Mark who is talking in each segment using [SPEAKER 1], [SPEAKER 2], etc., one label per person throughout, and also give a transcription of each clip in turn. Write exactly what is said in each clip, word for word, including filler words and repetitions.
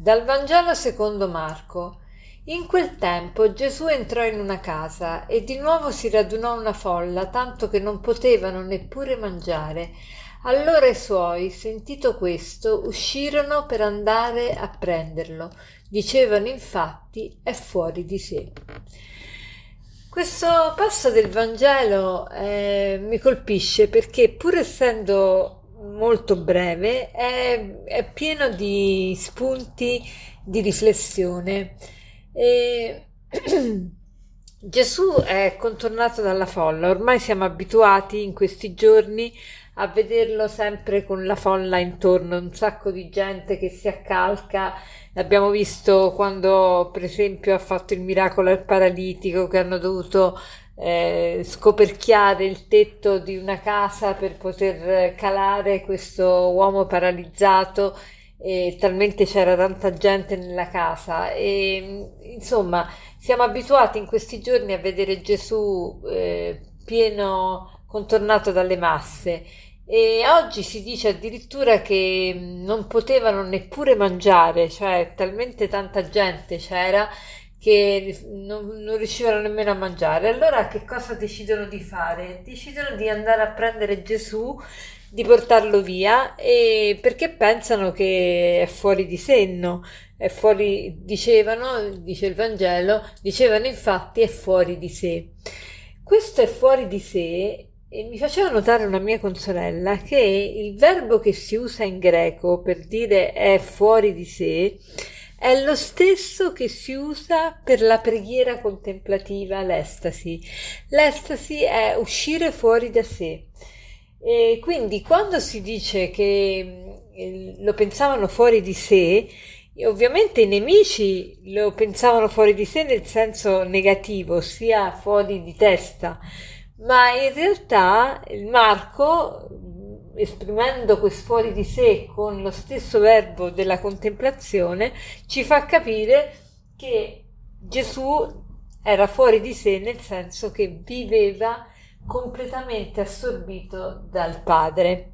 [SPEAKER 1] Dal Vangelo secondo Marco. In quel tempo Gesù entrò in una casa e di nuovo si radunò una folla, tanto che non potevano neppure mangiare. Allora i suoi, sentito questo, uscirono per andare a prenderlo. Dicevano infatti: è fuori di sé. Questo passo del Vangelo eh, mi colpisce perché, pur essendo molto breve, è, è pieno di spunti di riflessione. E Gesù è contornato dalla folla. Ormai siamo abituati in questi giorni a vederlo sempre con la folla intorno, un sacco di gente che si accalca. L'abbiamo visto quando, per esempio, ha fatto il miracolo al paralitico, che hanno dovuto eh, scoperchiare il tetto di una casa per poter calare questo uomo paralizzato, e talmente c'era tanta gente nella casa. E insomma, siamo abituati in questi giorni a vedere Gesù eh, pieno, contornato dalle masse. E oggi si dice addirittura che non potevano neppure mangiare, cioè talmente tanta gente c'era che non, non riuscivano nemmeno a mangiare. Allora che cosa decidono di fare? Decidono di andare a prendere Gesù, di portarlo via, e perché pensano che è fuori di senno, è fuori, dicevano, dice il Vangelo, dicevano infatti è fuori di sé. Questo è fuori di sé. E mi faceva notare una mia consorella che il verbo che si usa in greco per dire è fuori di sé è lo stesso che si usa per la preghiera contemplativa, l'estasi. L'estasi è uscire fuori da sé. E quindi quando si dice che lo pensavano fuori di sé, ovviamente i nemici lo pensavano fuori di sé nel senso negativo, ossia fuori di testa. Ma in realtà il Marco, esprimendo questo fuori di sé con lo stesso verbo della contemplazione, ci fa capire che Gesù era fuori di sé nel senso che viveva completamente assorbito dal Padre.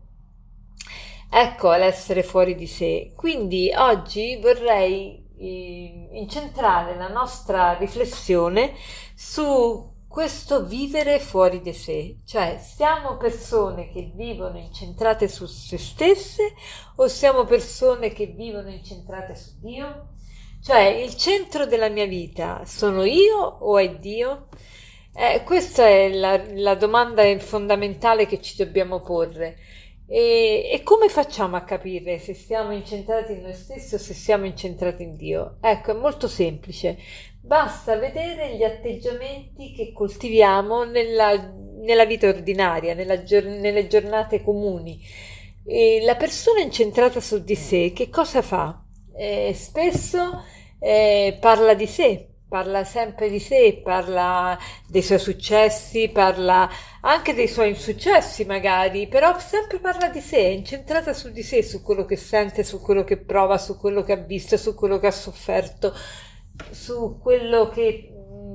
[SPEAKER 1] Ecco l'essere fuori di sé. Quindi oggi vorrei eh, incentrare la nostra riflessione su questo vivere fuori di sé, cioè siamo persone che vivono incentrate su se stesse o siamo persone che vivono incentrate su Dio? Cioè il centro della mia vita sono io o è Dio? Eh, questa è la, la domanda fondamentale che ci dobbiamo porre. E, e come facciamo a capire se siamo incentrati in noi stessi o se siamo incentrati in Dio? Ecco, è molto semplice. Basta vedere gli atteggiamenti che coltiviamo nella, nella vita ordinaria, nella, nelle giornate comuni. E la persona incentrata su di sé che cosa fa? Eh, spesso eh, parla di sé, parla sempre di sé, parla dei suoi successi, parla anche dei suoi insuccessi magari, però sempre parla di sé, è incentrata su di sé, su quello che sente, su quello che prova, su quello che ha visto, su quello che ha sofferto, su quello che,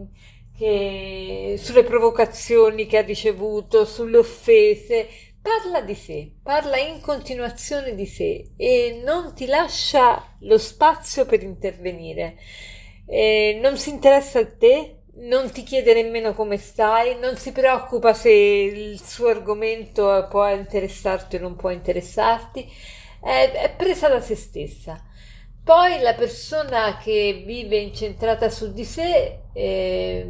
[SPEAKER 1] che sulle provocazioni che ha ricevuto, sulle offese. Parla di sé, parla in continuazione di sé e non ti lascia lo spazio per intervenire. Eh, non si interessa a te, non ti chiede nemmeno come stai, non si preoccupa se il suo argomento può interessarti o non può interessarti, è, è presa da se stessa. Poi la persona che vive incentrata su di sé eh,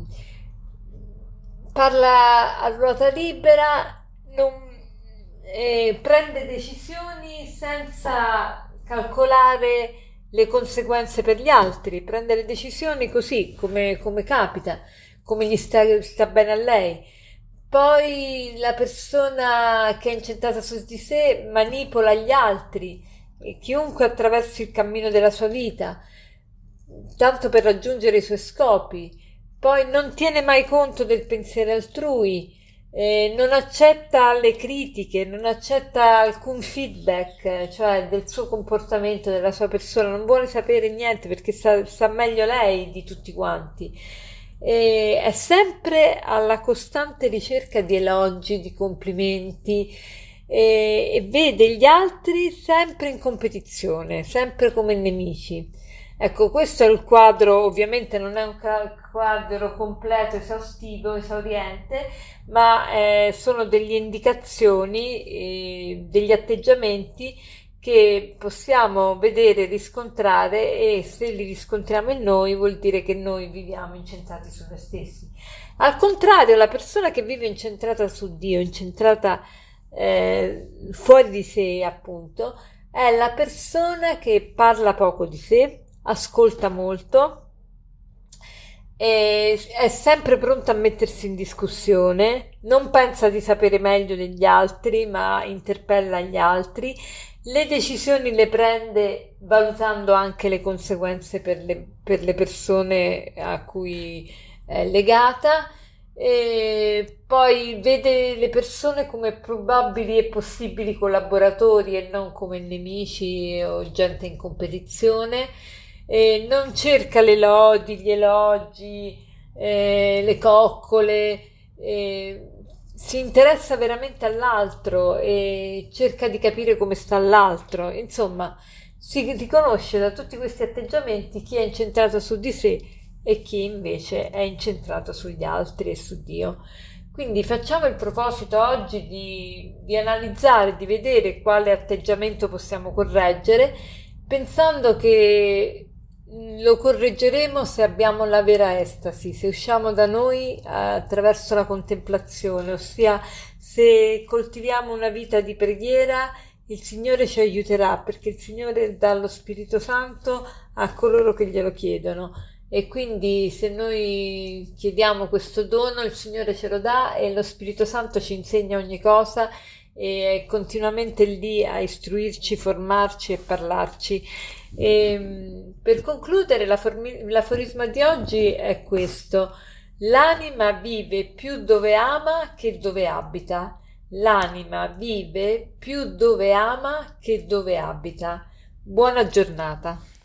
[SPEAKER 1] parla a ruota libera, non, eh, prende decisioni senza calcolare le conseguenze per gli altri, prende le decisioni così come, come capita, come gli sta, sta bene a lei. Poi la persona che è incentrata su di sé manipola gli altri e chiunque attraversi il cammino della sua vita, tanto per raggiungere i suoi scopi. Poi non tiene mai conto del pensiero altrui, eh, non accetta le critiche, non accetta alcun feedback, cioè del suo comportamento, della sua persona, non vuole sapere niente perché sa, sa meglio lei di tutti quanti. E è sempre alla costante ricerca di elogi, di complimenti, e, e vede gli altri sempre in competizione, sempre come nemici. Ecco, questo è il quadro, ovviamente non è un quadro completo, esaustivo, esauriente, ma eh, sono delle indicazioni, eh, degli atteggiamenti che possiamo vedere, riscontrare, e se li riscontriamo in noi vuol dire che noi viviamo incentrati su noi stessi. Al contrario, la persona che vive incentrata su Dio, incentrata eh, fuori di sé, appunto, è la persona che parla poco di sé, ascolta molto, e è sempre pronta a mettersi in discussione, non pensa di sapere meglio degli altri, ma interpella gli altri. Le decisioni le prende valutando anche le conseguenze per le, per le persone a cui è legata, e poi vede le persone come probabili e possibili collaboratori e non come nemici o gente in competizione. E non cerca le lodi, gli elogi, eh, le coccole, eh, si interessa veramente all'altro e cerca di capire come sta l'altro. Insomma, si riconosce da tutti questi atteggiamenti chi è incentrato su di sé e chi invece è incentrato sugli altri e su Dio. Quindi facciamo il proposito oggi di, di analizzare, di vedere quale atteggiamento possiamo correggere, pensando che lo correggeremo se abbiamo la vera estasi, se usciamo da noi attraverso la contemplazione, ossia se coltiviamo una vita di preghiera. Il Signore ci aiuterà, perché il Signore dà lo Spirito Santo a coloro che glielo chiedono, e quindi se noi chiediamo questo dono il Signore ce lo dà, e lo Spirito Santo ci insegna ogni cosa e è continuamente lì a istruirci, formarci e parlarci. E, per concludere, l'aformi- l'aforisma di oggi è questo: l'anima vive più dove ama che dove abita. L'anima vive più dove ama che dove abita. Buona giornata.